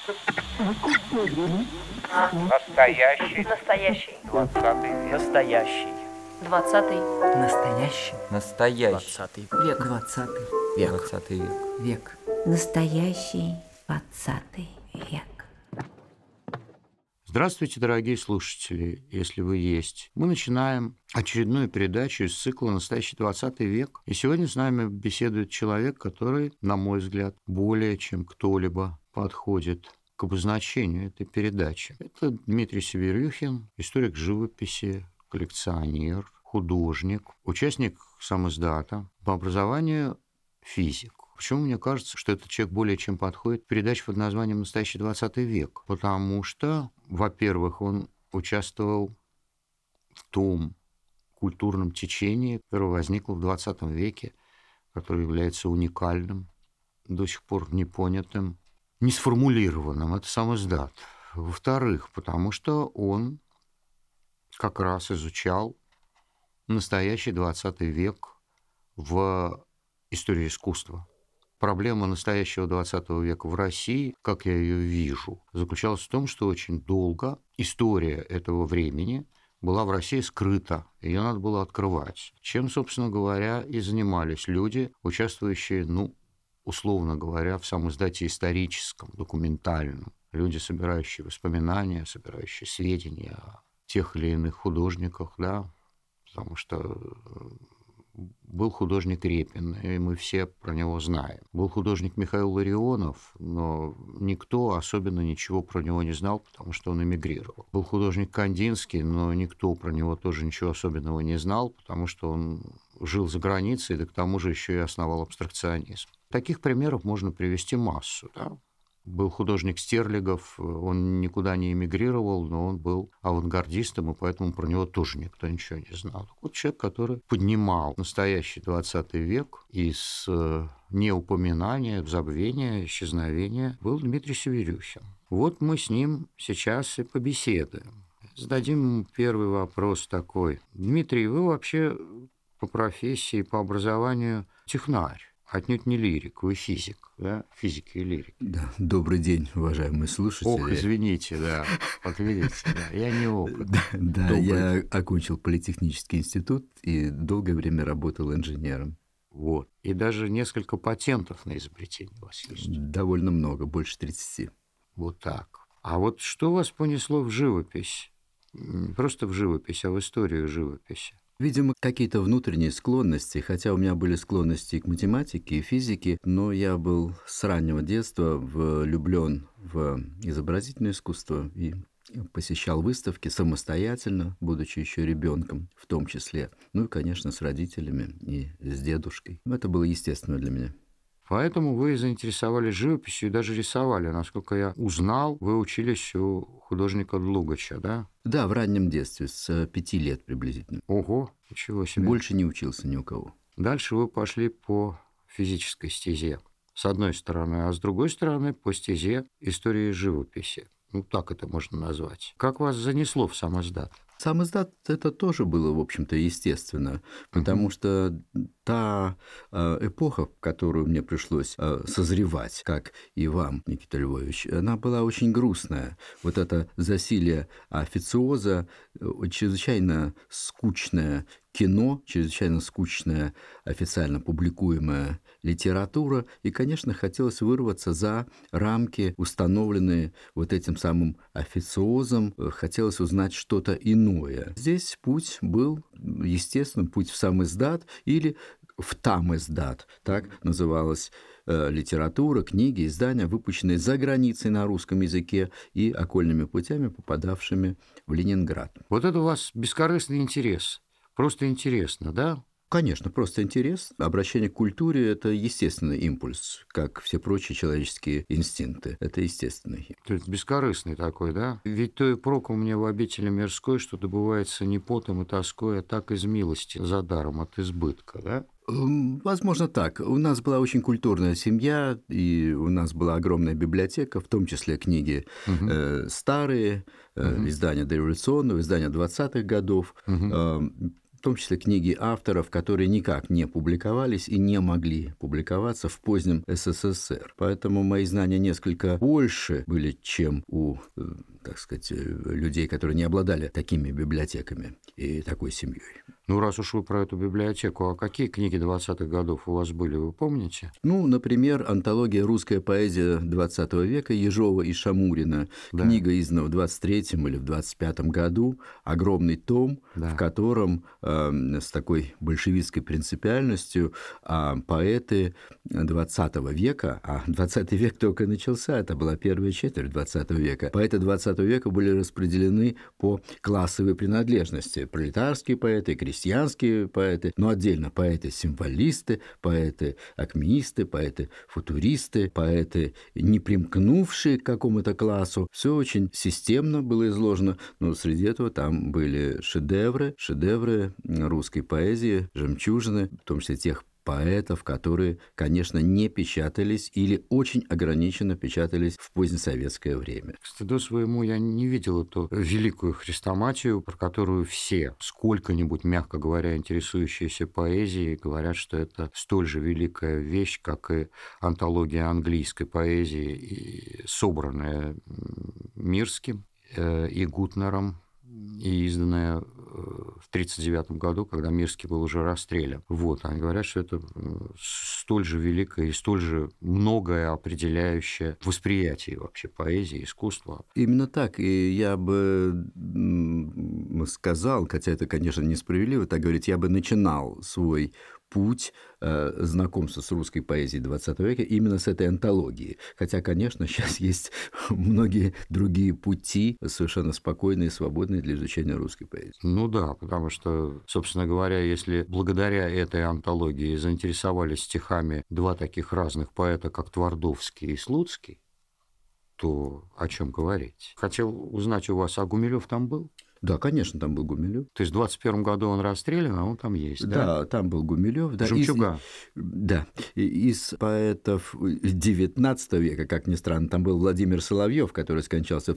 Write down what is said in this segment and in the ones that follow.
Настоящий. Настоящий. 20 век. Настоящий. 20-й. Настоящий. Настоящий. 20 век. 20 Век. 20 век. век. Настоящий 20 век. Здравствуйте, дорогие слушатели, если вы есть. Мы начинаем очередную передачу из цикла «Настоящий 20 век». И сегодня с нами беседует человек, который, на мой взгляд, более чем кто-либо подходит к обозначению этой передачи. Это Дмитрий Северюхин, историк живописи, коллекционер, художник, участник самиздата, по образованию физик. Почему мне кажется, что этот человек более чем подходит к передаче под названием «Настоящий 20 век»? Потому что, во-первых, он участвовал в том культурном течении, которое возникло в 20 веке, которое является уникальным, до сих пор непонятым, не сформулированным. Это самиздат. Во-вторых, потому что он как раз изучал настоящий 20 век в истории искусства. Проблема настоящего 20 века в России, как я ее вижу, заключалась в том, что очень долго история этого времени была в России скрыта, ее надо было открывать. Чем, собственно говоря, и занимались люди, участвующие, условно говоря, в самиздате историческом, документальном. Люди, собирающие воспоминания, собирающие сведения о тех или иных художниках, да, потому что был художник Репин, и мы все про него знаем. Был художник Михаил Ларионов, но никто особенно ничего про него не знал, потому что он эмигрировал. Был художник Кандинский, но никто про него тоже ничего особенного не знал, потому что он жил за границей, да к тому же еще и основал абстракционизм. Таких примеров можно привести массу, да? Был художник Стерлигов, он никуда не эмигрировал, но он был авангардистом, и поэтому про него тоже никто ничего не знал. Вот человек, который поднимал настоящий 20 век из неупоминания в забвение, исчезновения, был Дмитрий Северюхин. Вот мы с ним сейчас и побеседуем. Зададим ему первый вопрос такой. Дмитрий, вы вообще по профессии, по образованию технарь. Отнюдь не лирик, вы физик, да? Физик и лирик. Да. Добрый день, уважаемые слушатели. Ох, извините, да. Вот видите, да. Я не опытный. Да, я окончил политехнический институт и долгое время работал инженером. Вот. И даже несколько патентов на изобретение у вас есть. Довольно много, больше 30. Вот так. А вот что вас понесло в живопись? Не просто в живопись, а в историю живописи. Видимо, какие-то внутренние склонности, хотя у меня были склонности и к математике, и физике, но я был с раннего детства влюблен в изобразительное искусство и посещал выставки самостоятельно, будучи еще ребенком в том числе. Ну и, конечно, с родителями и с дедушкой. Это было естественно для меня. Поэтому вы заинтересовались живописью и даже рисовали. Насколько я узнал, вы учились у художника Длугача, да? Да, в раннем детстве, с 5 лет приблизительно. Ого, ничего себе. Больше не учился ни у кого. Дальше вы пошли по физической стезе, с одной стороны, а с другой стороны по стезе истории живописи. Так это можно назвать. Как вас занесло в самиздат? Самиздат это тоже было, в общем-то, естественно, потому что та эпоха, в которую мне пришлось созревать, как и вам, Никита Львович, она была очень грустная. Вот это засилие официоза, чрезвычайно скучное кино, чрезвычайно скучная официально публикуемая литература, и, конечно, хотелось вырваться за рамки, установленные вот этим самым официозом, хотелось узнать что-то иное. Здесь путь был, естественно, путь в самиздат или в тамиздат, так называлась литература, книги, издания, выпущенные за границей на русском языке и окольными путями, попадавшими в Ленинград. Вот это у вас бескорыстный интерес. Просто интересно, да? Конечно, просто интерес. Обращение к культуре – это естественный импульс, как все прочие человеческие инстинкты. Это естественный. То есть бескорыстный такой, да? Ведь то и проку мне в обители мирской, что добывается не потом и тоской, а так из милости, за даром от избытка, да? Возможно, так. У нас была очень культурная семья, и у нас была огромная библиотека, в том числе книги старые, издания дореволюционного, издания 20-х годов. том числе книги авторов, которые никак не публиковались и не могли публиковаться в позднем СССР. Поэтому мои знания несколько больше были, чем у, так сказать, людей, которые не обладали такими библиотеками и такой семьей. Ну, раз уж вы про эту библиотеку, а какие книги 20-х годов у вас были, вы помните? Ну, например, антология «Русская поэзия XX века» Ежова и Шамурина. Да. Книга издана в 23-м или в 25-м году. Огромный том, Да. в котором с такой большевистской принципиальностью поэты XX века, а 20 век только начался, это была первая четверть 20 века, поэты 20 века были распределены по классовой принадлежности. Пролетарские поэты, крестьянские поэты, но отдельно поэты-символисты, поэты-акмеисты, поэты-футуристы, поэты, не примкнувшие к какому-то классу. Все очень системно было изложено, но среди этого там были шедевры русской поэзии, жемчужины, в том числе тех поэтов, которые, конечно, не печатались или очень ограниченно печатались в позднесоветское время. К стыду своему я не видел эту великую хрестоматию, про которую все, сколько-нибудь, мягко говоря, интересующиеся поэзией, говорят, что это столь же великая вещь, как и антология английской поэзии, собранная Мирским и Гутнером, и изданная в 1939 году, когда Мирский был уже расстрелян. Вот, они говорят, что это столь же великое и столь же многое определяющее восприятие вообще поэзии, искусства. Именно так, и я бы сказал, хотя это, конечно, несправедливо так говорить, я бы начинал свой путь знакомства с русской поэзией XX века именно с этой антологии. Хотя, конечно, сейчас есть многие другие пути, совершенно спокойные и свободные для изучения русской поэзии. Ну да, потому что, собственно говоря, если благодаря этой антологии заинтересовались стихами два таких разных поэта, как Твардовский и Слуцкий, то о чем говорить? Хотел узнать у вас, а Гумилёв там был? Да, конечно, там был Гумилёв. То есть в 21 году он расстрелян, а он там есть, да? Да, там был Гумилёв. Да, Жемчуга. Из поэтов XIX века, как ни странно, там был Владимир Соловьев, который скончался в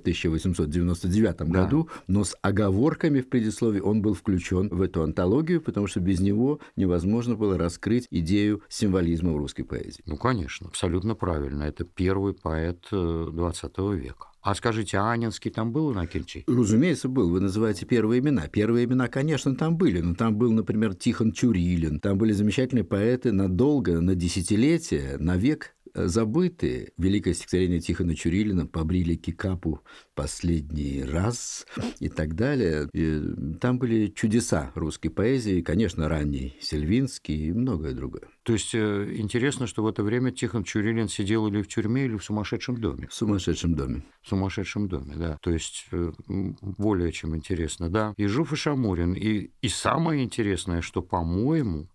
1899 году, но с оговорками в предисловии он был включен в эту антологию, потому что без него невозможно было раскрыть идею символизма в русской поэзии. Ну, конечно, абсолютно правильно. Это первый поэт XX века. А скажите, а Анинский там был, Иннокентий? Разумеется, был. Вы называете первые имена. Первые имена, конечно, там были, но там был, например, Тихон Чурилин. Там были замечательные поэты надолго, на десятилетия, на век забытые. Великое стихотворение Тихона Чурилина «Побрили кикапу последний раз» и так далее. И там были чудеса русской поэзии, конечно, ранний Сельвинский и многое другое. То есть интересно, что в это время Тихон Чурилин сидел или в тюрьме, или в сумасшедшем доме. В сумасшедшем доме. В сумасшедшем доме, да. То есть более чем интересно, да. Ежов и Шамурин. И самое интересное, что, по-моему,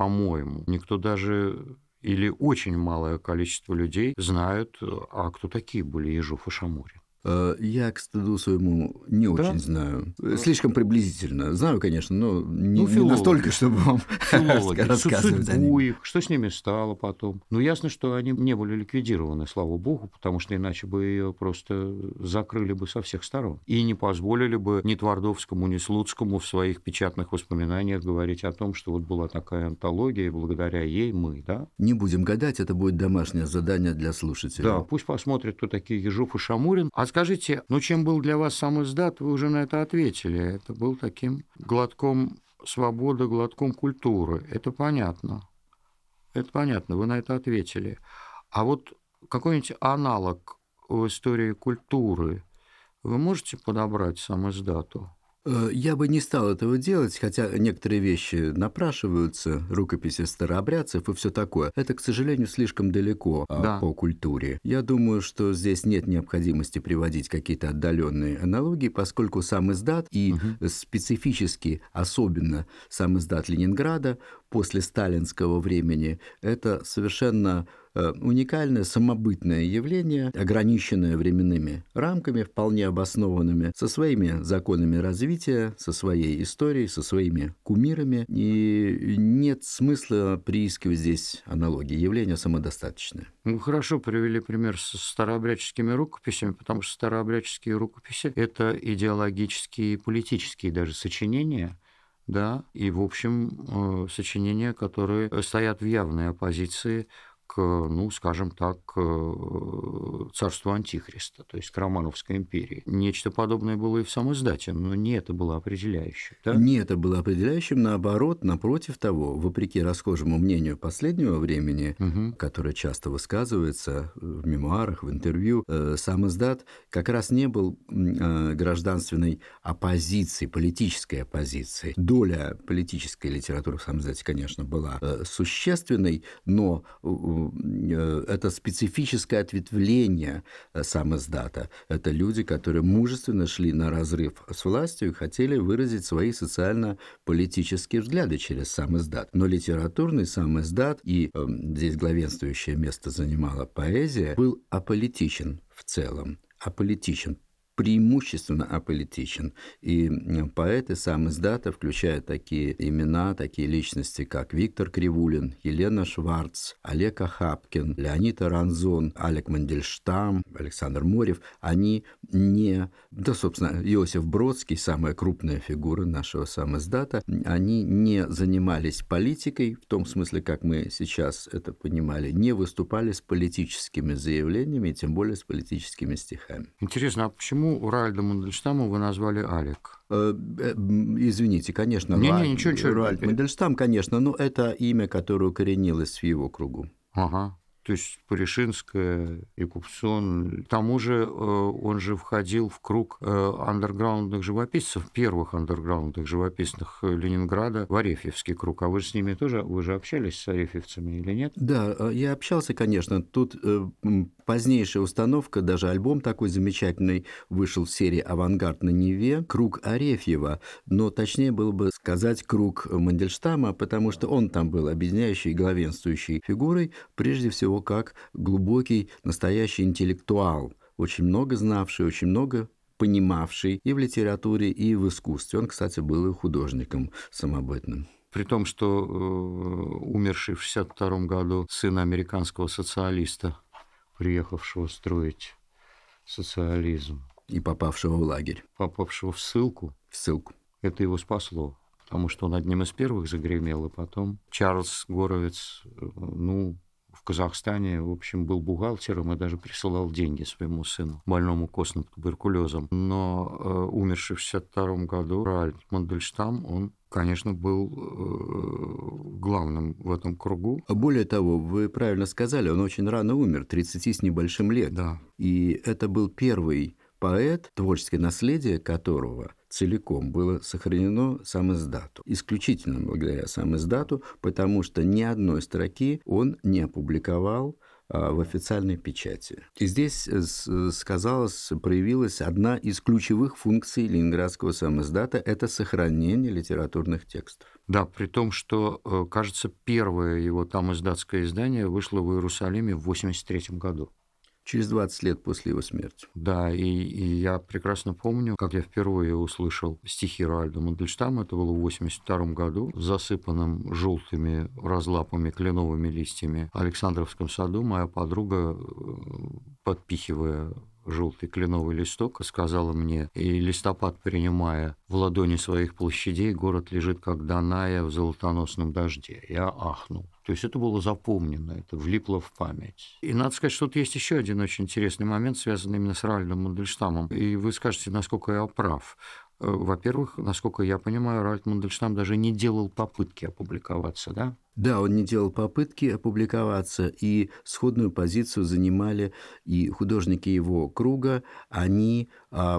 никто даже... или очень малое количество людей знают, а кто такие были Ежов и Шамурин. Я, к стыду своему, не очень знаю. Слишком приблизительно. Знаю, конечно, но не настолько, чтобы вам рассказывать о них. Что с ними стало потом? Ну, ясно, что они не были ликвидированы, слава богу, потому что иначе бы ее просто закрыли бы со всех сторон. И не позволили бы ни Твардовскому, ни Слуцкому в своих печатных воспоминаниях говорить о том, что вот была такая антология, и благодаря ей мы, да? Не будем гадать, это будет домашнее задание для слушателей. Да, пусть посмотрят, кто такие Ежов и Шамурин. А скажите, ну чем был для вас сам издат, вы уже на это ответили. Это был таким глотком свободы, глотком культуры. Это понятно. Это понятно, вы на это ответили. А вот какой-нибудь аналог в истории культуры вы можете подобрать сам издату? Я бы не стал этого делать, хотя некоторые вещи напрашиваются, рукописи старообрядцев и все такое. Это, к сожалению, слишком далеко по культуре. Я думаю, что здесь нет необходимости приводить какие-то отдаленные аналогии, поскольку сам издат и специфически, особенно сам издат Ленинграда после сталинского времени, это совершенно уникальное самобытное явление, ограниченное временными рамками, вполне обоснованными, со своими законами развития, со своей историей, со своими кумирами. И нет смысла приискивать здесь аналогии. Явление самодостаточное. Ну, хорошо привели пример со старообрядческими рукописями, потому что старообрядческие рукописи – это идеологические и политические даже сочинения, да, и, в общем, сочинения, которые стоят в явной оппозиции к, ну, скажем так, царству Антихриста, то есть к Романовской империи. Нечто подобное было и в самой издате, но не это было определяющим. Да? Не это было определяющим, наоборот, напротив того, вопреки расхожему мнению последнего времени, которое часто высказывается в мемуарах, в интервью, сам издат как раз не был гражданственной оппозицией, политической оппозицией. Доля политической литературы в самом издате, конечно, была существенной, но это специфическое ответвление сам издата. Это люди, которые мужественно шли на разрыв с властью и хотели выразить свои социально-политические взгляды через сам издат. Но литературный сам издат, и здесь главенствующее место занимала поэзия, был аполитичен в целом, аполитичен, преимущественно аполитичен. И поэты сам издата, включая такие имена, такие личности, как Виктор Кривулин, Елена Шварц, Олег Ахапкин, Леонид Аранзон, Алек Мандельштам, Александр Морев, они не... Да, собственно, Иосиф Бродский, самая крупная фигура нашего сам издата, они не занимались политикой, в том смысле, как мы сейчас это понимали, не выступали с политическими заявлениями, тем более с политическими стихами. Интересно, а почему Роальда Мандельштама вы назвали Алек? Извините, конечно, Роальд Мандельштам, конечно, но это имя, которое укоренилось в его кругу. Ага. То есть Паришинская и Купсон. К тому же он же входил в круг андерграундных живописцев, первых андерграундных живописных Ленинграда, в Арефьевский круг. А вы же с ними тоже, вы же общались с арефьевцами или нет? Да, я общался, конечно. Тут позднейшая установка, даже альбом такой замечательный вышел в серии «Авангард на Неве», круг Арефьева, но точнее было бы сказать круг Мандельштама, потому что он там был объединяющей и главенствующей фигурой, прежде всего как глубокий, настоящий интеллектуал, очень много знавший, очень много понимавший и в литературе, и в искусстве. Он, кстати, был и художником самобытным. При том, что умерший в 1962 году сын американского социалиста, приехавшего строить социализм. И попавшего в лагерь. Попавшего в ссылку. В ссылку. Это его спасло, потому что он одним из первых загремел, и потом Чарльз Горовец, в Казахстане, в общем, был бухгалтером и даже присылал деньги своему сыну, больному костным туберкулезом. Но умерший в 1962 году Роальд Мандельштам, он, конечно, был главным в этом кругу. Более того, вы правильно сказали, он очень рано умер, 30 с небольшим лет. Да. И это был первый поэт, творческое наследие которого целиком было сохранено сам издату. Исключительно благодаря сам издату, потому что ни одной строки он не опубликовал в официальной печати. И здесь проявилась одна из ключевых функций ленинградского самиздата – это сохранение литературных текстов. Да, при том, что, кажется, первое его там издатское издание вышло в Иерусалиме в 1983 году. Через 20 лет после его смерти. Да, и я прекрасно помню, как я впервые услышал стихи Роальда Мандельштама. Это было в 1982 году, в засыпанном желтыми разлапами кленовыми листьями Александровском саду. Моя подруга, подпихивая желтый кленовый листок, сказала мне: и листопад, принимая в ладони своих площадей, город лежит, как Даная в золотоносном дожде. Я ахнул. То есть это было запомнено, это влипло в память. И надо сказать, что тут есть еще один очень интересный момент, связанный именно с Роальдом Мандельштамом. И вы скажете, насколько я прав. Во-первых, насколько я понимаю, Роальд Мандельштам даже не делал попытки опубликоваться, да? Да, он не делал попытки опубликоваться, и сходную позицию занимали и художники его круга. Они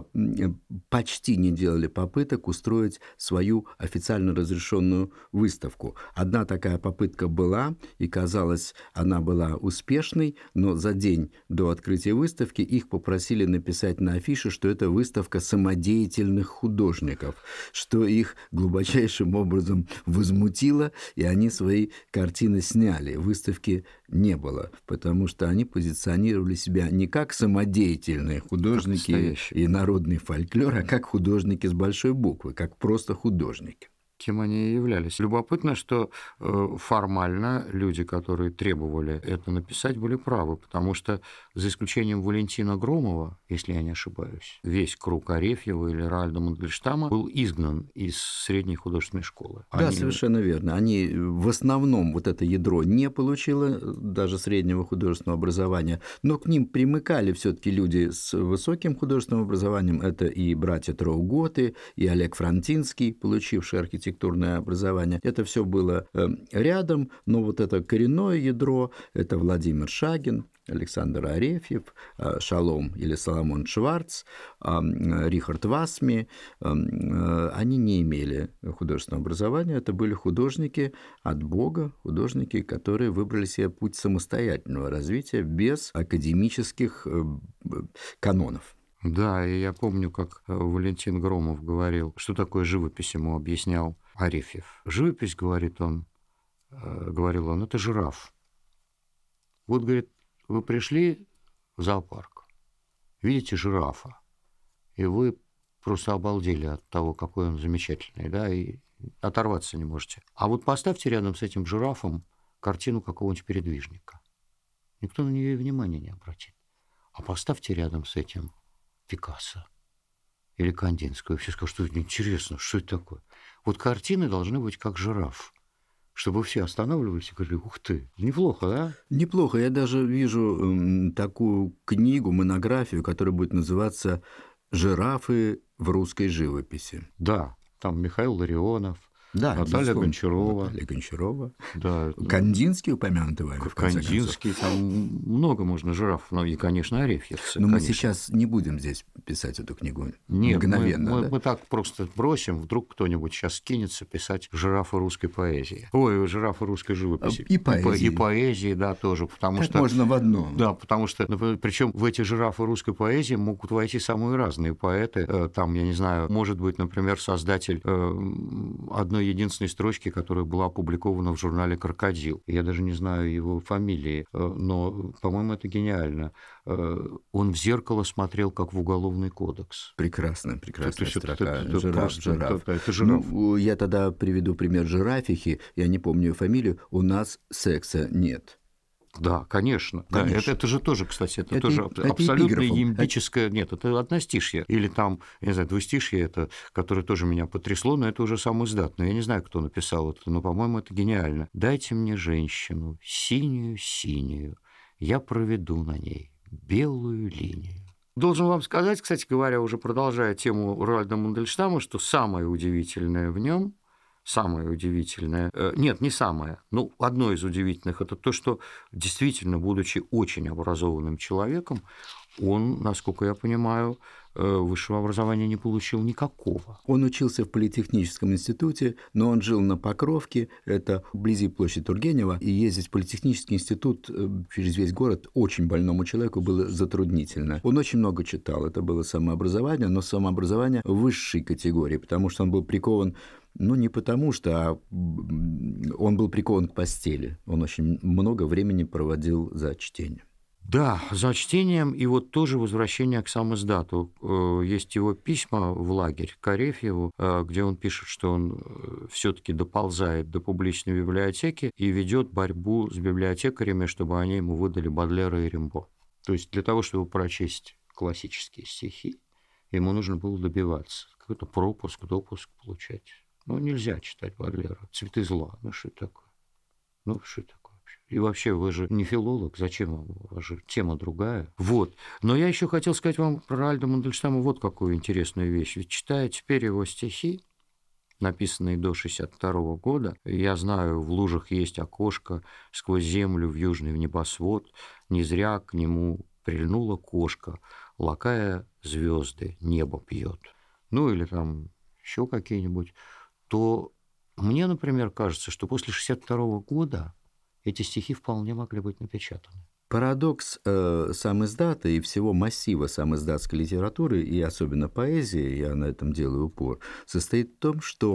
почти не делали попыток устроить свою официально разрешенную выставку. Одна такая попытка была, и, казалось, она была успешной, но за день до открытия выставки их попросили написать на афише, что это выставка самодеятельных художников, что их глубочайшим образом возмутило, и они свои картины сняли. Выставки не было, потому что они позиционировали себя не как самодеятельные художники и народный фольклор, а как художники с большой буквы, как просто художники. кем они и являлись. Любопытно, что формально люди, которые требовали это написать, были правы, потому что, за исключением Валентина Громова, если я не ошибаюсь, весь круг Арефьева или Роальда Мандельштама был изгнан из средней художественной школы. Да, совершенно верно. Они в основном вот это ядро не получило даже среднего художественного образования, но к ним примыкали все-таки люди с высоким художественным образованием. Это и братья Трауготы, и Олег Франтинский, получивший архитектурное образование. Это все было рядом, но вот это коренное ядро – это Владимир Шагин, Александр Арефьев, Шалом или Соломон Шварц, Рихард Васми, они не имели художественного образования, это были художники от Бога, художники, которые выбрали себе путь самостоятельного развития без академических канонов. Да, и я помню, как Валентин Громов говорил, что такое живопись, ему объяснял Арефьев. Живопись, говорил он, это жираф. Вот, говорит, вы пришли в зоопарк, видите жирафа, и вы просто обалдели от того, какой он замечательный, да, и оторваться не можете. А вот поставьте рядом с этим жирафом картину какого-нибудь передвижника. Никто на нее внимания не обратит. А поставьте рядом с этим Пикассо или Кандинского. И все скажут, что это интересно, что это такое. Вот картины должны быть как жираф, чтобы все останавливались и говорили, ух ты, неплохо, да? Неплохо. Я даже вижу такую книгу, монографию, которая будет называться «Жирафы в русской живописи». Да, там Михаил Ларионов, да, Наталья Гончарова. Да. Кандинский упомянутый вами, в конце концов. Кандинский, там много можно жирафов, но и, конечно, Арефьевцы. Но мы сейчас не будем здесь писать эту книгу. Нет, мгновенно. Мы так просто бросим, вдруг кто-нибудь сейчас скинется писать жирафы русской поэзии. Ой, жирафы русской живописи. И поэзии. И поэзии, да, тоже. Потому так что можно в одном. Да, потому что, причем в эти жирафы русской поэзии могут войти самые разные поэты. Там, я не знаю, может быть, например, создатель одной единственной строчки, которая была опубликована в журнале «Крокодил». Я даже не знаю его фамилии, но, по-моему, это гениально. Он в зеркало смотрел, как в Уголовный кодекс. Прекрасная строка. Жираф. Это жираф. Ну, я тогда приведу пример жирафихи. Я не помню ее фамилию. У нас секса нет. Да, конечно. Да, это же тоже, кстати, это тоже это абсолютно ямбическое... Нет, это одностишье. Или там, я не знаю, двустишье, это, которое тоже меня потрясло, но это уже сам издат. Но я не знаю, кто написал это, но, по-моему, это гениально. «Дайте мне женщину, синюю-синюю, я проведу на ней белую линию». Должен вам сказать, кстати говоря, уже продолжая тему Роальда Мандельштама, что самое удивительное в нем, самое удивительное, нет, не самое, но одно из удивительных, это то, что действительно, будучи очень образованным человеком, он, насколько я понимаю, высшего образования не получил никакого. Он учился в Политехническом институте, но он жил на Покровке, это вблизи площади Тургенева, и ездить в Политехнический институт через весь город очень больному человеку было затруднительно. Он очень много читал, это было самообразование, но самообразование высшей категории, потому что он был прикован, ну, не потому что, а он был прикован к постели. Он очень много времени проводил за чтением. Да, за чтением, и вот тоже возвращение к самиздату. Есть его письма в лагерь к Арефьеву, где он пишет, что он все-таки доползает до публичной библиотеки и ведет борьбу с библиотекарями, чтобы они ему выдали Бодлера и Римбо. То есть для того, чтобы прочесть классические стихи, ему нужно было добиваться, какой-то пропуск, допуск получать. Ну, нельзя читать Бодлера. «Цветы зла». Ну, что это такое? Ну, что это такое вообще? И вообще, вы же не филолог, зачем вам? У вас же тема другая. Вот. Но я еще хотел сказать вам про Роальда Мандельштама вот какую интересную вещь. Ведь читая теперь его стихи, написанные до 1962 года, я знаю, в лужах есть окошко, сквозь землю в южный в небосвод, не зря к нему прильнула кошка, лакая звезды, небо пьет. Ну, или там еще какие-нибудь, то мне, например, кажется, что после 1962 года эти стихи вполне могли быть напечатаны. Парадокс самиздата и всего массива самиздатской литературы, и особенно поэзии, я на этом делаю упор, состоит в том, что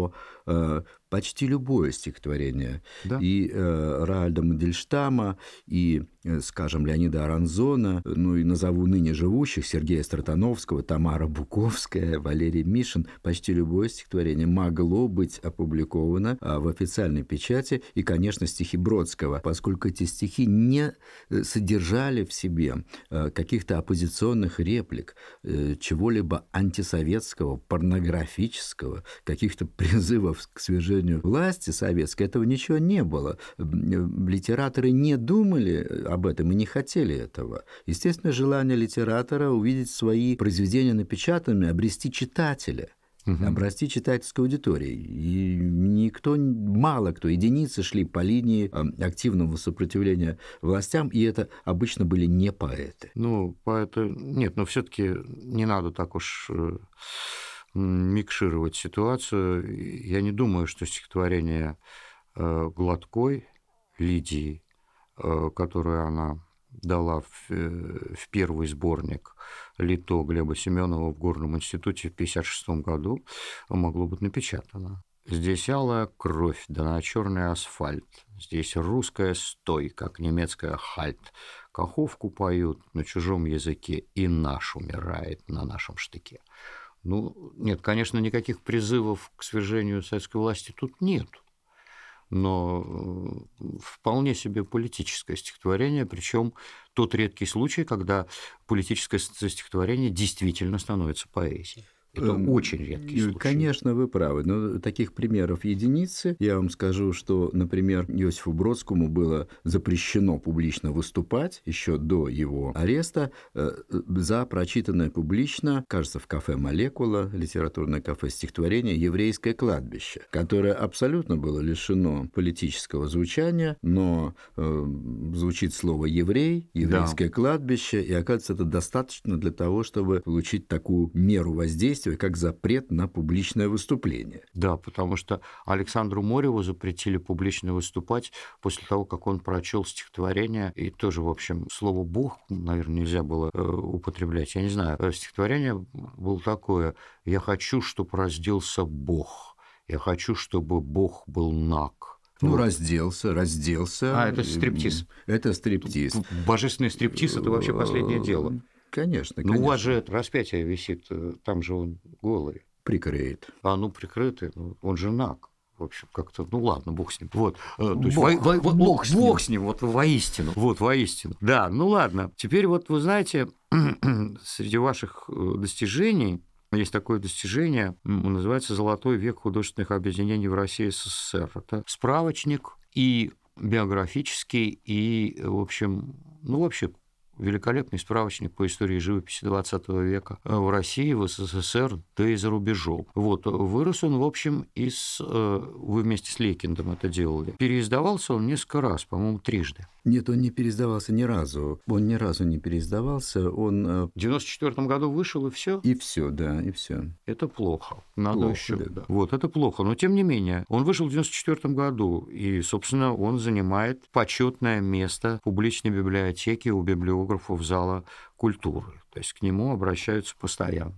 почти любое стихотворение. Да. И Роальда Мандельштама, и, скажем, Леонида Аранзона, ну и назову ныне живущих: Сергея Стратановского, Тамара Буковская, Валерий Мишин. Почти любое стихотворение могло быть опубликовано в официальной печати. И, конечно, стихи Бродского, поскольку эти стихи не содержали в себе каких-то оппозиционных реплик, чего-либо антисоветского, порнографического, каких-то призывов к свержению власти советской, этого ничего не было. Литераторы не думали об этом и не хотели этого. Естественно, желание литератора увидеть свои произведения напечатанными, обрести читателя, обрасти читательской аудиторией. И мало кто, единицы шли по линии активного сопротивления властям, и это обычно были не поэты. Поэты... Нет, но все-таки не надо так уж микшировать ситуацию. Я не думаю, что стихотворение Гладкой, Лидии, которую она дала в первый сборник «Лито» Глеба Семенова в Горном институте в 1956 году, могло быть напечатано. Здесь алая кровь, да на черный асфальт. Здесь русская стой, как немецкая хальт. Каховку поют на чужом языке, и наш умирает на нашем штыке. Нет, конечно, никаких призывов к свержению советской власти тут нет. Но вполне себе политическое стихотворение, причем тот редкий случай, когда политическое стихотворение действительно становится поэзией. Это очень редкий случай. Конечно, вы правы, но таких примеров единицы. Я вам скажу, что, например, Иосифу Бродскому было запрещено публично выступать еще до его ареста за прочитанное публично, кажется, в кафе «Молекула», литературное кафе, стихотворение «Еврейское кладбище», которое абсолютно было лишено политического звучания, но звучит слово «еврей», «еврейское кладбище», и, оказывается, это достаточно для того, чтобы получить такую меру воздействия, как запрет на публичное выступление. Да, потому что Александру Мореву запретили публично выступать после того, как он прочел стихотворение, и тоже, в общем, слово «бог», наверное, нельзя было употреблять. Я не знаю, стихотворение было такое: «Я хочу, чтобы разделся Бог, я хочу, чтобы Бог был наг». Разделся. Это стриптиз. Это стриптиз. Божественный стриптиз – это вообще последнее дело. Конечно. У вас же это распятие висит, там же он голый. Прикрыт. Прикрытый, он же наг. В общем, как-то, ладно, бог с ним. Вот, то есть бог с ним, воистину. Да, ладно. Теперь вы знаете, среди ваших достижений есть такое достижение, называется «Золотой век художественных объединений в России и СССР». Это справочник и биографический, и, в общем, вообще великолепный справочник по истории живописи XX века в России, в СССР, да и за рубежом. Вырос он, в общем, вы вместе с Лейкиндом это делали. Переиздавался он несколько раз, по-моему, трижды. Нет, он не переиздавался ни разу. Он ни разу не переиздавался. Он в 1994 году вышел, и все. И все, да, и все. Это плохо. Надо еще. Да. Это плохо. Но тем не менее, он вышел в 1994 году, и, собственно, он занимает почетное место в публичной библиотеке у библиографов зала культуры. То есть к нему обращаются постоянно,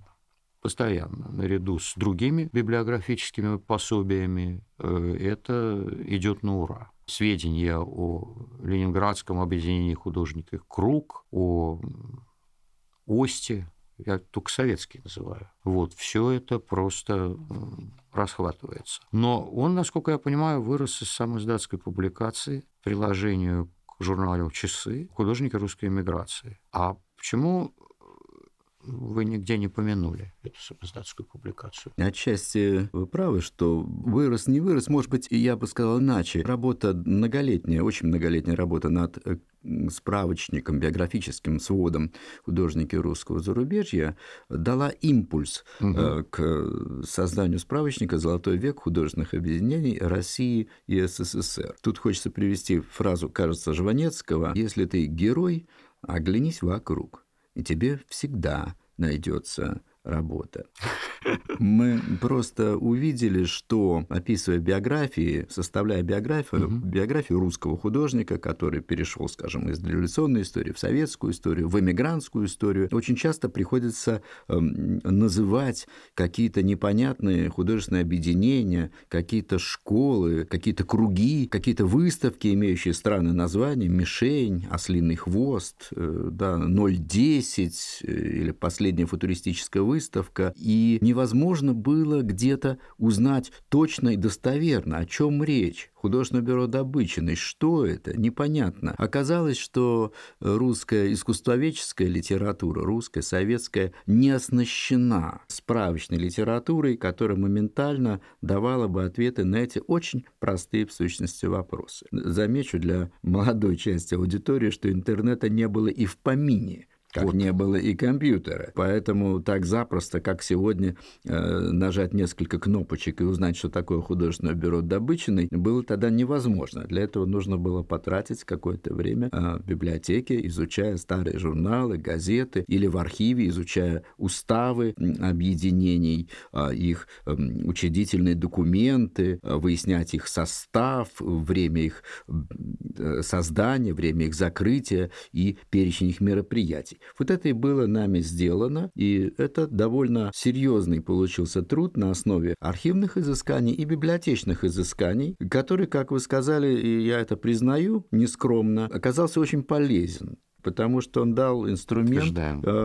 наряду с другими библиографическими пособиями. Это идет на ура. Сведения о Ленинградском объединении художников «Круг», о Осте, я только советские называю. Все это просто расхватывается. Но он, насколько я понимаю, вырос из самоиздатской публикации, приложению к журналу «Часы» художники русской эмиграции. А почему вы нигде не помянули эту самоиздатскую публикацию? Отчасти вы правы, что вырос, не вырос. Может быть, я бы сказал иначе. Работа многолетняя, очень многолетняя работа над справочником, биографическим сводом художники русского зарубежья дала импульс к созданию справочника «Золотой век художественных объединений России и СССР». Тут хочется привести фразу, кажется, Жванецкого: «Если ты герой, оглянись вокруг, и тебе всегда найдется работа. Мы просто увидели, что, описывая биографии, составляя биографию русского художника, который перешел, скажем, из революционной истории в советскую историю, в эмигрантскую историю, очень часто приходится называть какие-то непонятные художественные объединения, какие-то школы, какие-то круги, какие-то выставки, имеющие странные названия: «Мишень», «Ослиный хвост», да, 010 или «Последняя футуристическая выставка». И невозможно было где-то узнать точно и достоверно, о чем речь. Художественное бюро Добычиной, что это? Непонятно. Оказалось, что русская искусствоведческая литература, русская, советская, не оснащена справочной литературой, которая моментально давала бы ответы на эти очень простые в сущности вопросы. Замечу для молодой части аудитории, что интернета не было и в помине, как не было и компьютера. Поэтому так запросто, как сегодня, нажать несколько кнопочек и узнать, что такое художественное бюро Добычиной, было тогда невозможно. Для этого нужно было потратить какое-то время в библиотеке, изучая старые журналы, газеты, или в архиве, изучая уставы объединений, их учредительные документы, выяснять их состав, время их создания, время их закрытия и перечень их мероприятий. Вот это и было нами сделано, и это довольно серьезный получился труд на основе архивных изысканий и библиотечных изысканий, который, как вы сказали, и я это признаю нескромно, оказался очень полезен. Потому что он дал инструмент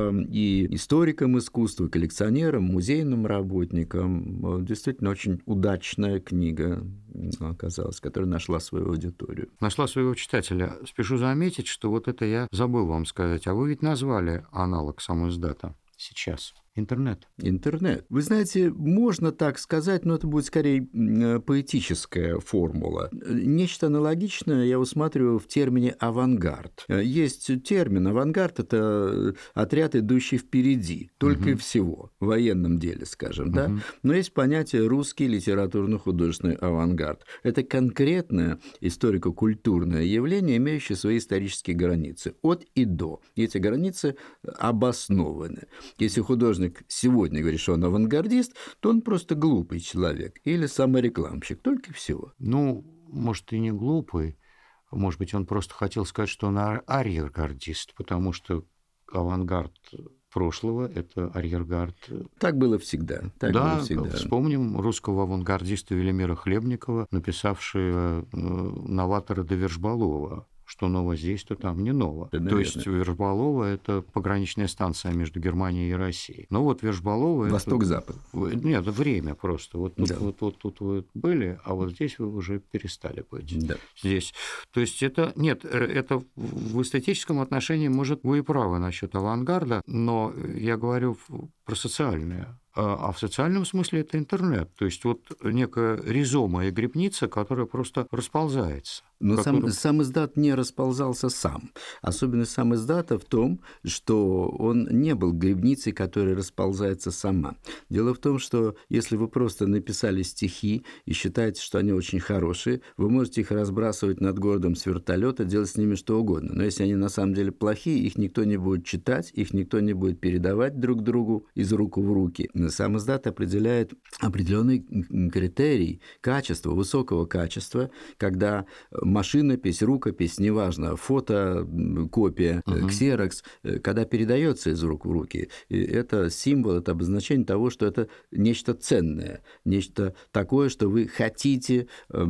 и историкам искусства, и коллекционерам, музейным работникам. Действительно, очень удачная книга оказалась, которая нашла свою аудиторию. Нашла своего читателя. Спешу заметить, что вот это я забыл вам сказать. А вы ведь назвали аналог самоиздата сейчас. Интернет. Интернет. Вы знаете, можно так сказать, но это будет скорее поэтическая формула. Нечто аналогичное я усматриваю в термине «авангард». Есть термин «авангард» — это отряд, идущий впереди, только и всего, в военном деле, скажем, да? Но есть понятие «русский литературно-художественный авангард». Это конкретное историко-культурное явление, имеющее свои исторические границы, от и до. И эти границы обоснованы. Если художник сегодня говорит, что он авангардист, то он просто глупый человек или саморекламщик, только и всего. Ну, может, и не глупый, может быть, он просто хотел сказать, что он арьергардист, потому что авангард прошлого — это арьергард. Так было всегда. Вспомним русского авангардиста Велимира Хлебникова, написавшего «Новатора» до Вержбалова. Что ново здесь, то там не ново. То есть Вержбалова — это пограничная станция между Германией и Россией. Но вот Вержбалова... Восток-запад. Нет, время просто. Вот тут вы были, а вот здесь вы уже перестали быть. Да. Здесь. То есть это... Нет, это в эстетическом отношении, может, вы и правы насчет авангарда, но я говорю про социальное. А в социальном смысле это интернет. То есть вот некая ризома и грибница, которая просто расползается. Но сам издат не расползался сам. Особенность сам издата в том, что он не был грибницей, которая расползается сама. Дело в том, что если вы просто написали стихи и считаете, что они очень хорошие, вы можете их разбрасывать над городом с вертолета, делать с ними что угодно. Но если они на самом деле плохие, их никто не будет читать, их никто не будет передавать друг другу из рук в руки. Сам издат определяет определенный критерий качества, высокого качества, когда машинопись, рукопись, неважно, фото, копия, ксерокс, когда передается из рук в руки, это символ, это обозначение того, что это нечто ценное, нечто такое, что вы хотите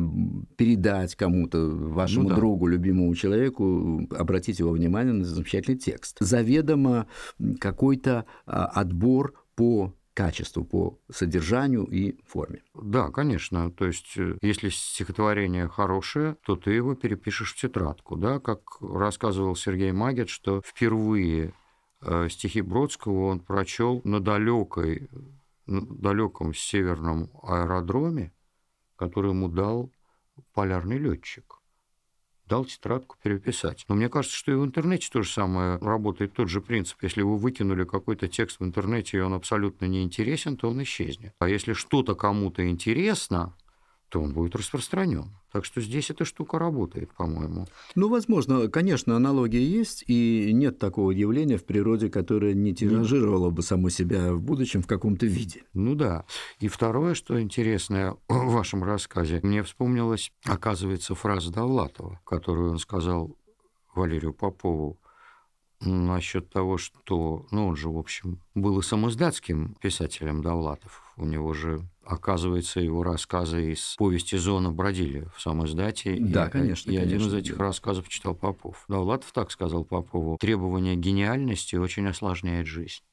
передать кому-то, вашему другу, любимому человеку, обратить его внимание на замечательный текст. Заведомо какой-то отбор по качеству, по содержанию и форме. Да, конечно. То есть, если стихотворение хорошее, то ты его перепишешь в тетрадку. Да? Как рассказывал Сергей Магет, что впервые стихи Бродского он прочел на далеком северном аэродроме, который ему дал полярный летчик. Дал тетрадку переписать. Но мне кажется, что и в интернете то же самое работает, тот же принцип. Если вы выкинули какой-то текст в интернете, и он абсолютно не интересен, то он исчезнет. А если что-то кому-то интересно, то он будет распространен. Так что здесь эта штука работает, по-моему. Ну, возможно, конечно, аналогия есть, и нет такого явления в природе, которое не тиражировало бы само себя в будущем в каком-то виде. Ну да. И второе, что интересное в вашем рассказе, мне вспомнилась, оказывается, фраза Довлатова, которую он сказал Валерию Попову насчет того, что, он же, в общем, был и самоиздатским писателем Довлатов. У него же, оказывается, его рассказы из повести «Зона» бродили в самоиздате. Да, и, конечно. И один из этих да. рассказов читал Попов. Довлатов так сказал Попову: требование гениальности очень осложняет жизнь.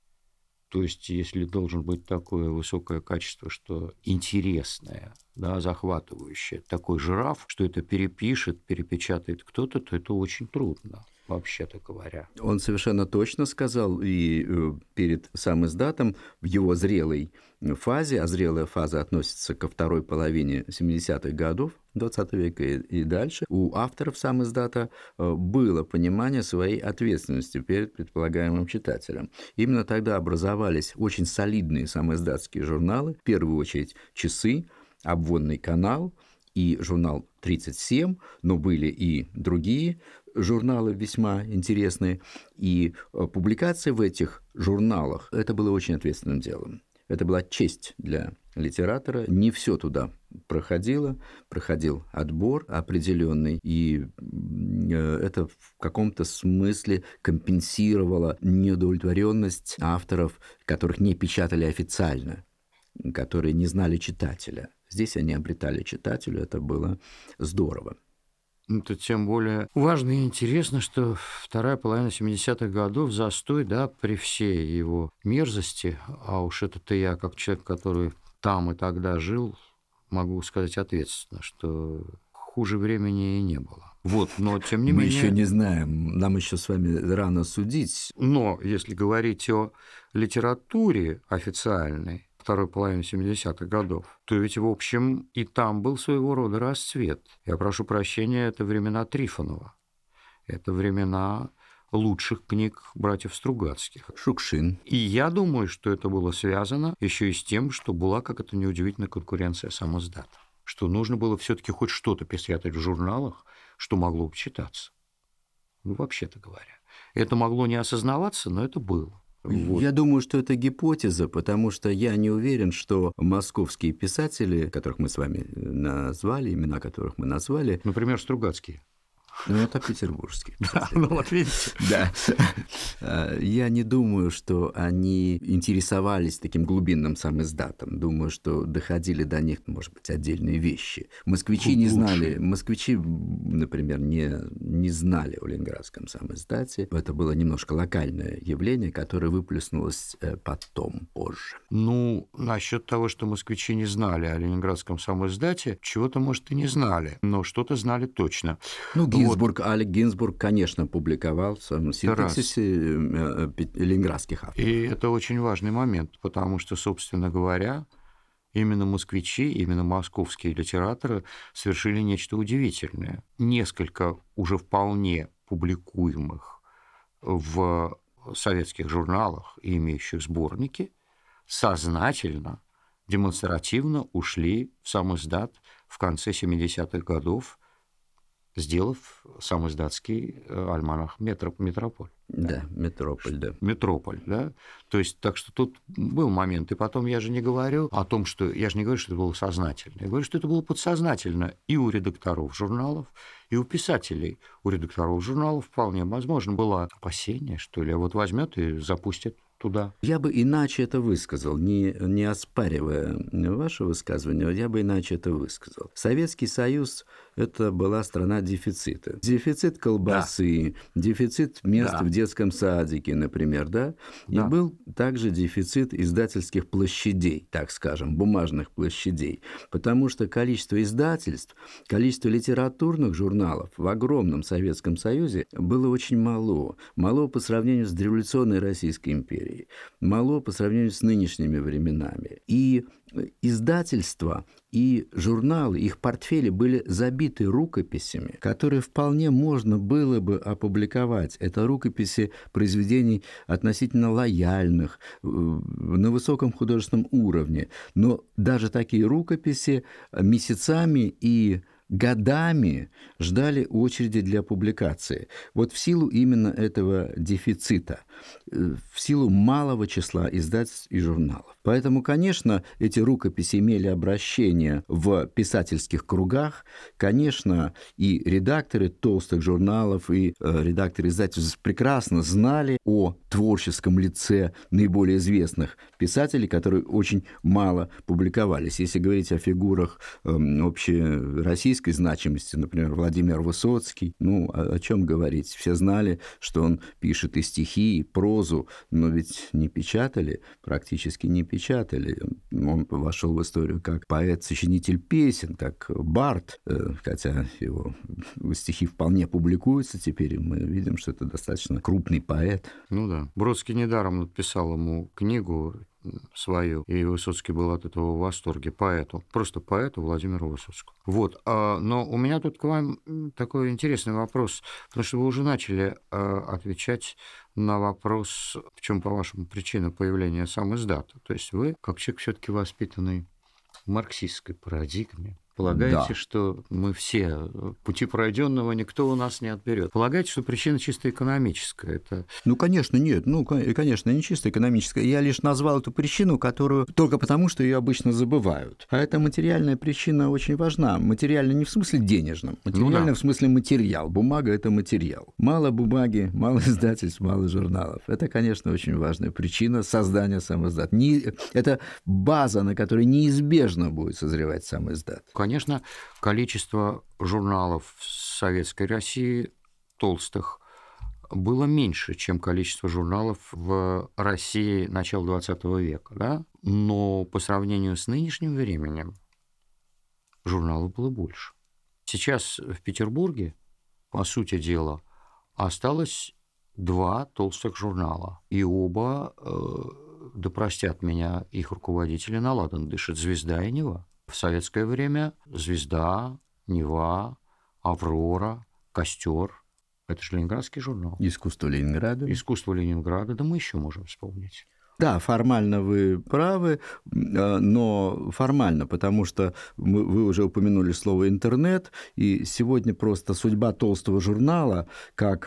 То есть, если должен быть такое высокое качество, что интересное, да, захватывающее, такой жираф, что это перепишет, перепечатает кто-то, то это очень трудно, вообще-то говоря. Он совершенно точно сказал, и перед сам издатом в его зрелой фазе, а зрелая фаза относится ко второй половине 70-х годов XX века и дальше, у авторов сам издата было понимание своей ответственности перед предполагаемым читателем. Именно тогда образовались очень солидные самоиздатские журналы, в первую очередь «Часы», «Обводный канал» и журнал «37», но были и другие журналы весьма интересные, и публикация в этих журналах – это было очень ответственным делом. Это была честь для литератора. Не все туда проходил отбор определенный, и это в каком-то смысле компенсировало неудовлетворенность авторов, которых не печатали официально, которые не знали читателя. Здесь они обретали читателя, это было здорово. Это тем более важно и интересно, что вторая половина 70-х годов, застой, да, при всей его мерзости, а уж это-то я, как человек, который там и тогда жил, могу сказать ответственно, что хуже времени и не было. Вот, но тем не Мы менее... еще не знаем, нам еще с вами рано судить. Но если говорить о литературе официальной второй половины 70-х годов, то ведь, в общем, и там был своего рода расцвет. Я прошу прощения, это времена Трифонова. Это времена лучших книг братьев Стругацких. Шукшин. И я думаю, что это было связано еще и с тем, что была, как это неудивительно, конкуренция самоиздата. Что нужно было все-таки хоть что-то печатать в журналах, что могло бы читаться. Ну, вообще-то говоря. Это могло не осознаваться, но это было. Вот. Я думаю, что это гипотеза, потому что я не уверен, что московские писатели, которых мы с вами назвали, имена которых мы назвали... Например, Стругацкие. Ну, это петербургские писатели. Ну, вот видите. Да. Я не думаю, что они интересовались таким глубинным самиздатом. Думаю, что доходили до них, может быть, отдельные вещи. Москвичи не знали, например, не знали о ленинградском самиздате. Это было немножко локальное явление, которое выплеснулось потом, позже. Ну, насчет того, что москвичи не знали о ленинградском самиздате, чего-то, может, и не знали, но что-то знали точно. Ну, Алек Гинзбург, конечно, публиковал в своем синтаксисе ленинградских авторов. И это очень важный момент, потому что, собственно говоря, именно москвичи, именно московские литераторы совершили нечто удивительное. Несколько уже вполне публикуемых в советских журналах и имеющих сборники сознательно, демонстративно ушли в самиздат в конце 70-х годов, сделав самиздатский альманах «Метрополь». Да, «Метрополь», да. «Метрополь», да. То есть, так что тут был момент. И потом я же не говорю о том, что... Я же не говорю, что это было сознательно. Я говорю, что это было подсознательно и у редакторов журналов, и у писателей. У редакторов журналов вполне возможно было опасение, что ли. Вот возьмет и запустит туда. Я бы иначе это высказал, не оспаривая ваше высказывание, я бы иначе это высказал. Советский Союз – это была страна дефицита. Дефицит колбасы, да. Дефицит мест в детском садике, например, да? И был также дефицит издательских площадей, так скажем, бумажных площадей, потому что количество издательств, количество литературных журналов в огромном Советском Союзе было очень мало. Мало по сравнению с дореволюционной Российской империей. Мало по сравнению с нынешними временами. И издательства и журналы, их портфели были забиты рукописями, которые вполне можно было бы опубликовать. Это рукописи произведений относительно лояльных, на высоком художественном уровне. Но даже такие рукописи месяцами и годами ждали очереди для публикации. Вот в силу именно этого дефицита, в силу малого числа издательств и журналов. Поэтому, конечно, эти рукописи имели обращение в писательских кругах. Конечно, и редакторы толстых журналов, и редакторы издательств прекрасно знали о творческом лице наиболее известных писателей, которые очень мало публиковались. Если говорить о фигурах общероссийской значимости, например, Владимир Высоцкий, о чем говорить? Все знали, что он пишет и стихи, и прозу, но ведь не печатали, практически не печатали. Он вошел в историю как поэт-сочинитель песен, как бард, хотя его стихи вполне публикуются теперь, и мы видим, что это достаточно крупный поэт. Ну да. Бродский недаром написал ему книгу свою, и Высоцкий был от этого в восторге, просто поэту Владимиру Высоцкому. Вот, но у меня тут к вам такой интересный вопрос, потому что вы уже начали отвечать на вопрос, в чем, по-вашему, причина появления сам-издата. То есть вы, как человек все-таки воспитанный в марксистской парадигме, полагаете, Да. что мы все, пути пройденного никто у нас не отберет. Полагаете, что причина чисто экономическая? Это... Конечно, нет. Конечно, не чисто экономическая. Я лишь назвал эту причину, которую только потому, что ее обычно забывают. А эта материальная причина очень важна. Материальная не в смысле денежном, материальная в смысле материал. Бумага – это материал. Мало бумаги, мало издательств, мало журналов. Это, конечно, очень важная причина создания самоиздата. Это база, на которой неизбежно будет созревать самоиздат. Конечно, количество журналов в Советской России толстых было меньше, чем количество журналов в России начала XX века, да? Но по сравнению с нынешним временем журналов было больше. Сейчас в Петербурге, по сути дела, осталось 2 толстых журнала, и оба, да простят меня их руководители, наладан дышат, «Звезда» и «Нева». В советское время «Звезда», «Нева», «Аврора», «Костер» — это же ленинградский журнал. Искусство Ленинграда. «Искусство Ленинграда», да мы еще можем вспомнить. Да, формально вы правы, но формально, потому что вы уже упомянули слово «интернет», и сегодня просто судьба толстого журнала как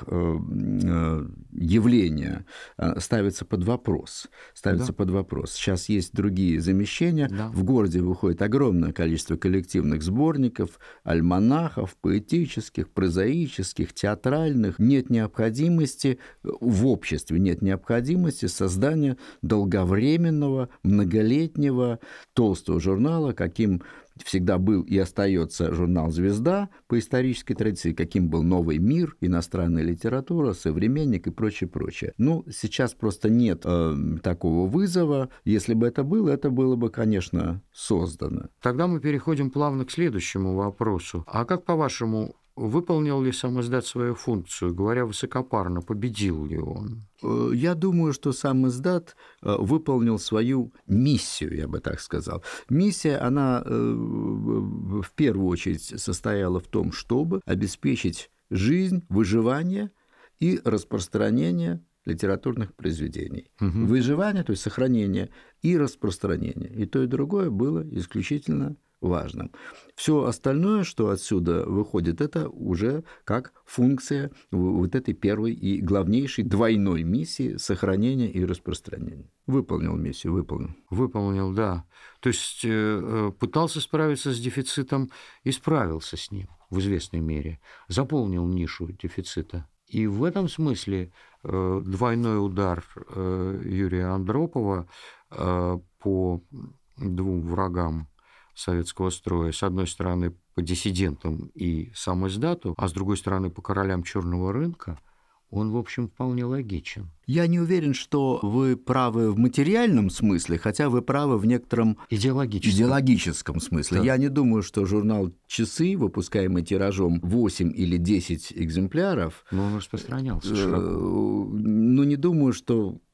явление ставится под вопрос. Сейчас есть другие замещения. Да. В городе выходит огромное количество коллективных сборников, альманахов, поэтических, прозаических, театральных. Нет необходимости в обществе, нет необходимости создания долговременного, многолетнего толстого журнала, каким всегда был и остается журнал «Звезда» по исторической традиции, каким был «Новый мир», иностранная литература, «Современник» и прочее. Сейчас просто нет такого вызова. Если бы это было бы, конечно, создано. Тогда мы переходим плавно к следующему вопросу. А как, по-вашему, выполнил ли самиздат свою функцию? Говоря высокопарно, победил ли он? Я думаю, что самиздат выполнил свою миссию, я бы так сказал. Миссия, она в первую очередь состояла в том, чтобы обеспечить жизнь, выживание и распространение литературных произведений. Выживание, то есть сохранение, и распространение. И то, и другое было исключительно важным. Все остальное, что отсюда выходит, это уже как функция вот этой первой и главнейшей двойной миссии сохранения и распространения. Выполнил миссию, выполнил. Выполнил, да. То есть пытался справиться с дефицитом и справился с ним в известной мере. Заполнил нишу дефицита. И в этом смысле двойной удар Юрия Андропова по 2 врагам советского строя, с одной стороны, по диссидентам и самиздату, а с другой стороны, по королям черного рынка, он, в общем, вполне логичен. Я не уверен, что вы правы в материальном смысле, хотя вы правы в некотором идеологическом смысле. Да. Я не думаю, что журнал «Часы», выпускаемый тиражом 8 или 10 экземпляров... Но он распространялся широко. Не думаю, что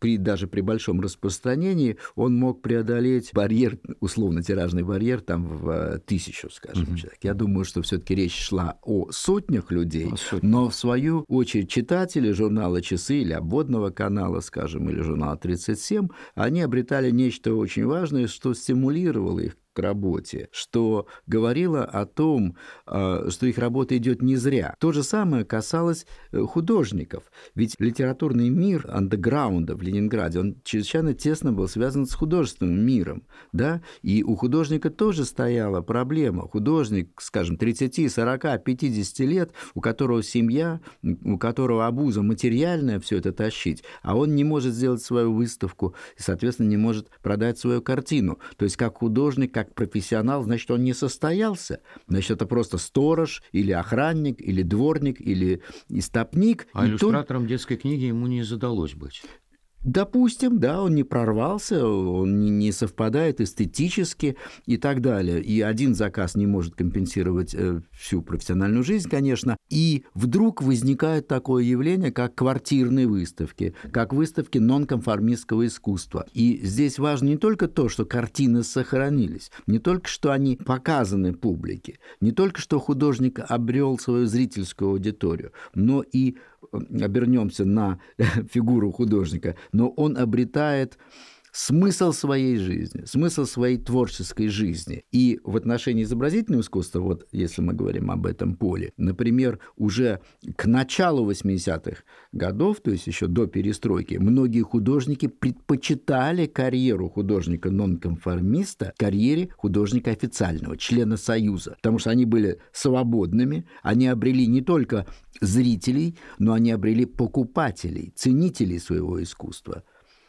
даже при большом распространении он мог преодолеть барьер, условно-тиражный барьер, там, в 1000, скажем, человек. Я думаю, что все-таки речь шла о сотнях людей, но в свою очередь читатели журнала «Часы» или обводного канала, скажем, или журнала «37», они обретали нечто очень важное, что стимулировало их к работе, что говорило о том, что их работа идет не зря. То же самое касалось художников. Ведь литературный мир андеграунда в Ленинграде, он чрезвычайно тесно был связан с художественным миром. Да? И у художника тоже стояла проблема. Художник, скажем, 30, 40, 50 лет, у которого семья, у которого обуза материальная все это тащить, а он не может сделать свою выставку и, соответственно, не может продать свою картину. То есть как художник, как профессионал, значит, он не состоялся. Значит, это просто сторож или охранник, или дворник, или истопник. А иллюстратором детской книги ему не задалось быть. Допустим, да, он не прорвался, он не совпадает эстетически и так далее. И один заказ не может компенсировать всю профессиональную жизнь, конечно. И вдруг возникает такое явление, как квартирные выставки, как выставки нонконформистского искусства. И здесь важно не только то, что картины сохранились, не только что они показаны публике, не только что художник обрел свою зрительскую аудиторию, но и обернемся на фигуру художника, но он обретает смысл своей жизни, смысл своей творческой жизни. И в отношении изобразительного искусства, вот если мы говорим об этом поле, например, уже к началу 80-х годов, то есть еще до перестройки, многие художники предпочитали карьеру художника-нонконформиста карьере художника официального, члена Союза, потому что они были свободными, они обрели не только зрителей, но они обрели покупателей, ценителей своего искусства.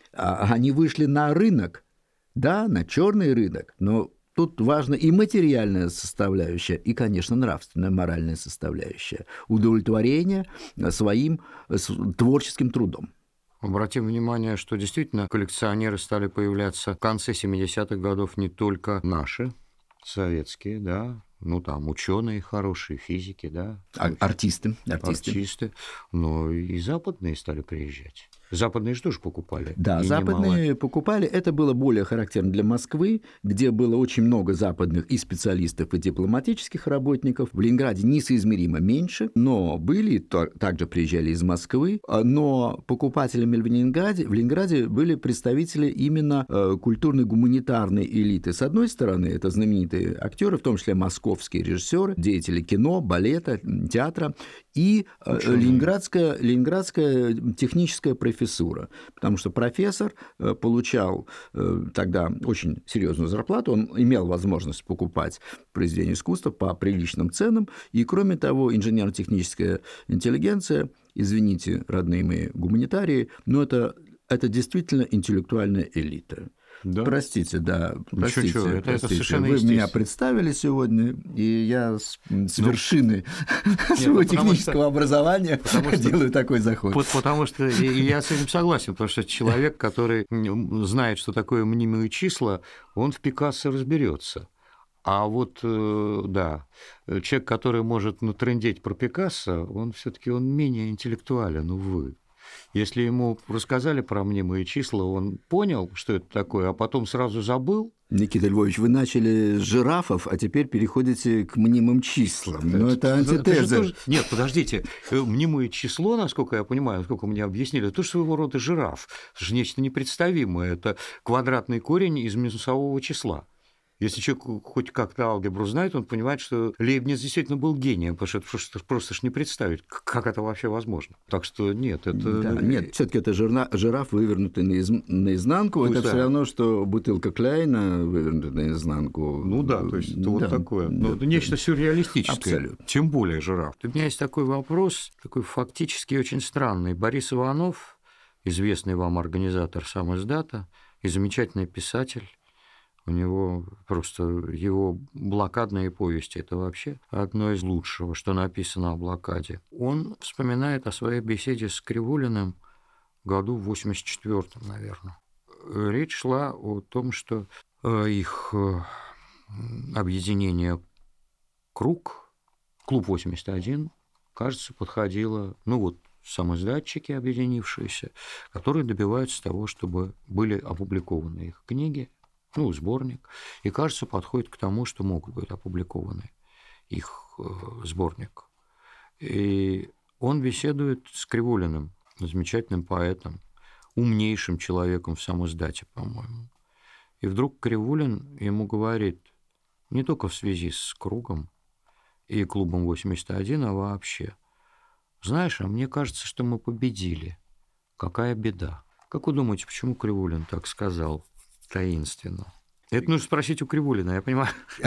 Они вышли на рынок, да, на черный рынок, но тут важна и материальная составляющая, и, конечно, нравственная, моральная составляющая, удовлетворение своим творческим трудом. Обратим внимание, что действительно коллекционеры стали появляться в конце 70-х годов не только наши, советские, да, ну, там, ученые хорошие, физики, да. Артисты. Но и западные стали приезжать. Западные же тоже покупали. Да, западные покупали. Это было более характерно для Москвы, где было очень много западных и специалистов, и дипломатических работников. В Ленинграде несоизмеримо меньше, но были, также приезжали из Москвы, но покупателями в Ленинграде были представители именно культурно-гуманитарной элиты. С одной стороны, это знаменитые актеры, в том числе московские режиссеры, деятели кино, балета, театра, и ленинградская техническая профессура, потому что профессор получал тогда очень серьезную зарплату, он имел возможность покупать произведения искусства по приличным ценам, и, кроме того, инженерно-техническая интеллигенция, извините, родные мои гуманитарии, но это действительно интеллектуальная элита. Да? Простите. Это совершенно Вы меня представили сегодня, и я с вершины своего технического образования делаю такой заход. Потому что я с этим согласен, потому что человек, который знает, что такое мнимые числа, он в Пикассо разберется. А вот, да, человек, который может натрындеть про Пикассо, он все-таки менее интеллектуален, увы. Если ему рассказали про мнимые числа, он понял, что это такое, а потом сразу забыл. Никита Львович, вы начали с жирафов, а теперь переходите к мнимым числам. Но это антитеза. Нет, подождите. Мнимое число, насколько я понимаю, насколько мне объяснили, это тоже своего рода жираф. Это же нечто непредставимое. Это квадратный корень из минусового числа. Если человек хоть как-то алгебру знает, он понимает, что Лейбниц действительно был гением, потому что это просто не представить, как это вообще возможно. Так что нет, это... Да, нет, все-таки это жираф, вывернутый наизнанку. Пусть это все равно, что бутылка Кляйна, вывернутая наизнанку. Ну да, то есть это вот такое. Но это нечто сюрреалистическое. Абсолютно. Тем более жираф. У меня есть такой вопрос, такой фактически очень странный. Борис Иванов, известный вам организатор «Самиздата» и замечательный писатель, у него просто его блокадные повести – это вообще одно из лучшего, что написано о блокаде. Он вспоминает о своей беседе с Кривулиным году в 84-м, наверное. Речь шла о том, что их объединение «Круг», клуб 81, кажется, подходило, самоиздатчики, объединившиеся, которые добиваются того, чтобы были опубликованы их книги, сборник, и, кажется, подходит к тому, что могут быть опубликованы их сборник. И он беседует с Кривулиным, замечательным поэтом, умнейшим человеком в самоиздате, по-моему. И вдруг Кривулин ему говорит, не только в связи с «Кругом» и «Клубом 81», а вообще, знаешь, а мне кажется, что мы победили. Какая беда. Как вы думаете, почему Кривулин так сказал таинственно? Это нужно спросить у Кривулина, я понимаю.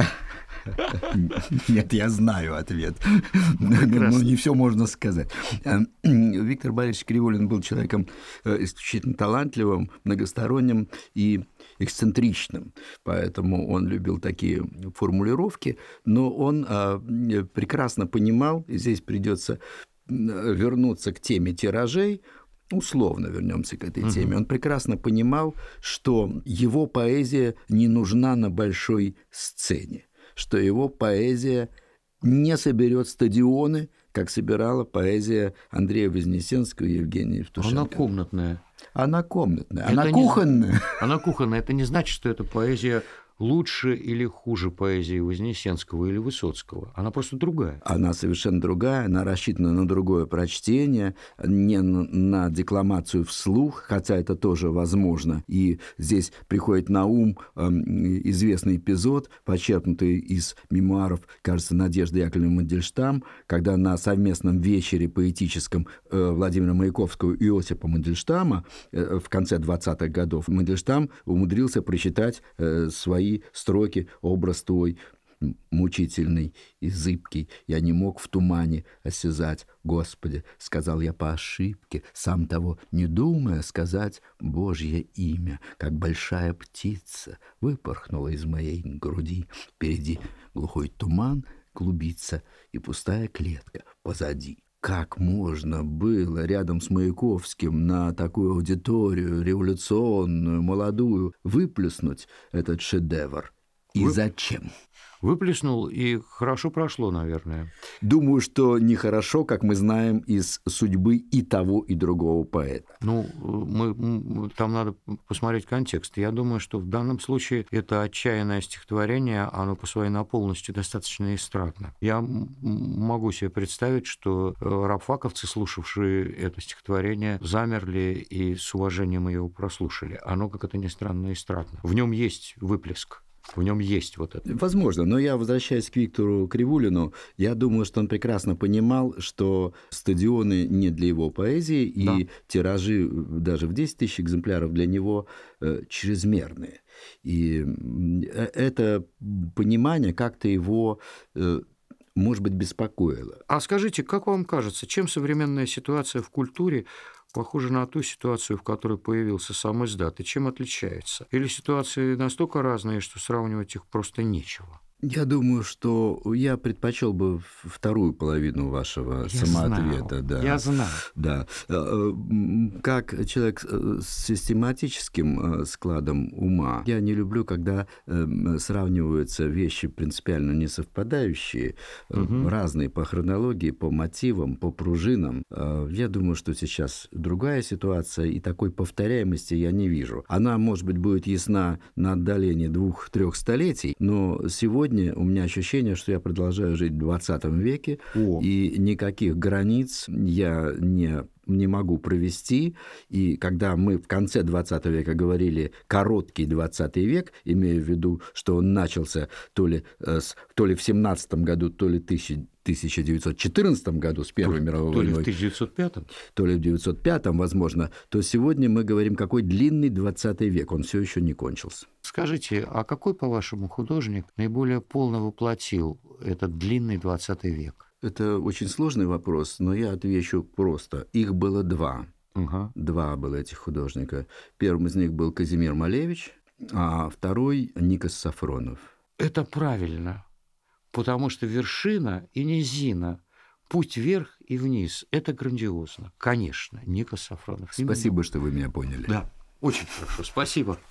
Нет, я знаю ответ, но не все можно сказать. Виктор Борисович Кривулин был человеком исключительно талантливым, многосторонним и эксцентричным, поэтому он любил такие формулировки, но он прекрасно понимал, и здесь придется вернуться к теме тиражей, условно вернемся к этой теме. Он прекрасно понимал, что его поэзия не нужна на большой сцене, что его поэзия не соберет стадионы, как собирала поэзия Андрея Вознесенского и Евгения Евтушенко. Она комнатная. Она комнатная, она кухонная. Она кухонная. Это не значит, что эта поэзия лучше или хуже поэзии Вознесенского или Высоцкого. Она просто другая. Она совершенно другая, она рассчитана на другое прочтение, не на декламацию вслух, хотя это тоже возможно. И здесь приходит на ум известный эпизод, почерпнутый из мемуаров, кажется, Надежды Яковлевны Мандельштам, когда на совместном вечере поэтическом Владимира Маяковского и Иосипа Мандельштама в конце 20-х годов Мандельштам умудрился прочитать свои строки, образ твой мучительный и зыбкий, я не мог в тумане осязать. Господи, сказал я по ошибке, сам того не думая сказать Божье имя, как большая птица выпорхнула из моей груди. Впереди глухой туман клубится и пустая клетка позади. Как можно было рядом с Маяковским на такую аудиторию революционную, молодую, выплеснуть этот шедевр? И зачем? Выплеснул, и хорошо прошло, наверное. Думаю, что нехорошо, как мы знаем из судьбы и того, и другого поэта. Там надо посмотреть контекст. Я думаю, что в данном случае это отчаянное стихотворение, оно по своей наполненности достаточно эстрадно. Я могу себе представить, что рабфаковцы, слушавшие это стихотворение, замерли и с уважением его прослушали. Оно, как это ни странно, эстрадно. В нем есть выплеск. В нем есть вот это. Возможно, но я возвращаюсь к Виктору Кривулину. Я думаю, что он прекрасно понимал, что стадионы не для его поэзии, и тиражи даже в 10 тысяч экземпляров для него чрезмерные. И это понимание как-то его, может быть, беспокоило. А скажите, как вам кажется, чем современная ситуация в культуре похожа на ту ситуацию, в которой появился сам издат, и чем отличается? Или ситуации настолько разные, что сравнивать их просто нечего? Я думаю, что я предпочел бы вторую половину вашего самоответа. Я знаю. Да. Как человек с систематическим складом ума, я не люблю, когда сравниваются вещи принципиально не совпадающие, разные по хронологии, по мотивам, по пружинам. Я думаю, что сейчас другая ситуация, и такой повторяемости я не вижу. Она, может быть, будет ясна на отдалении 2-3 столетий, но сегодня у меня ощущение, что я продолжаю жить в 20 веке, и никаких границ я не могу провести. И когда мы в конце 20 века говорили «короткий 20 век», имея в виду, что он начался то ли в 17 году, то ли в 1914 году с Первой мировой войной. То ли в 1905-м. То ли в 1905-м, возможно. То сегодня мы говорим, какой длинный 20 век. Он все еще не кончился. Скажите, а какой, по-вашему, художник наиболее полно воплотил этот длинный 20 век? Это очень сложный вопрос, но я отвечу просто. Их было 2. Два было этих художника. Первым из них был Казимир Малевич, а второй — Никос Сафронов. Это правильно, потому что вершина и низина, путь вверх и вниз — это грандиозно. Конечно, Никос Сафронов. Спасибо, что вы меня поняли. Да, очень хорошо, спасибо.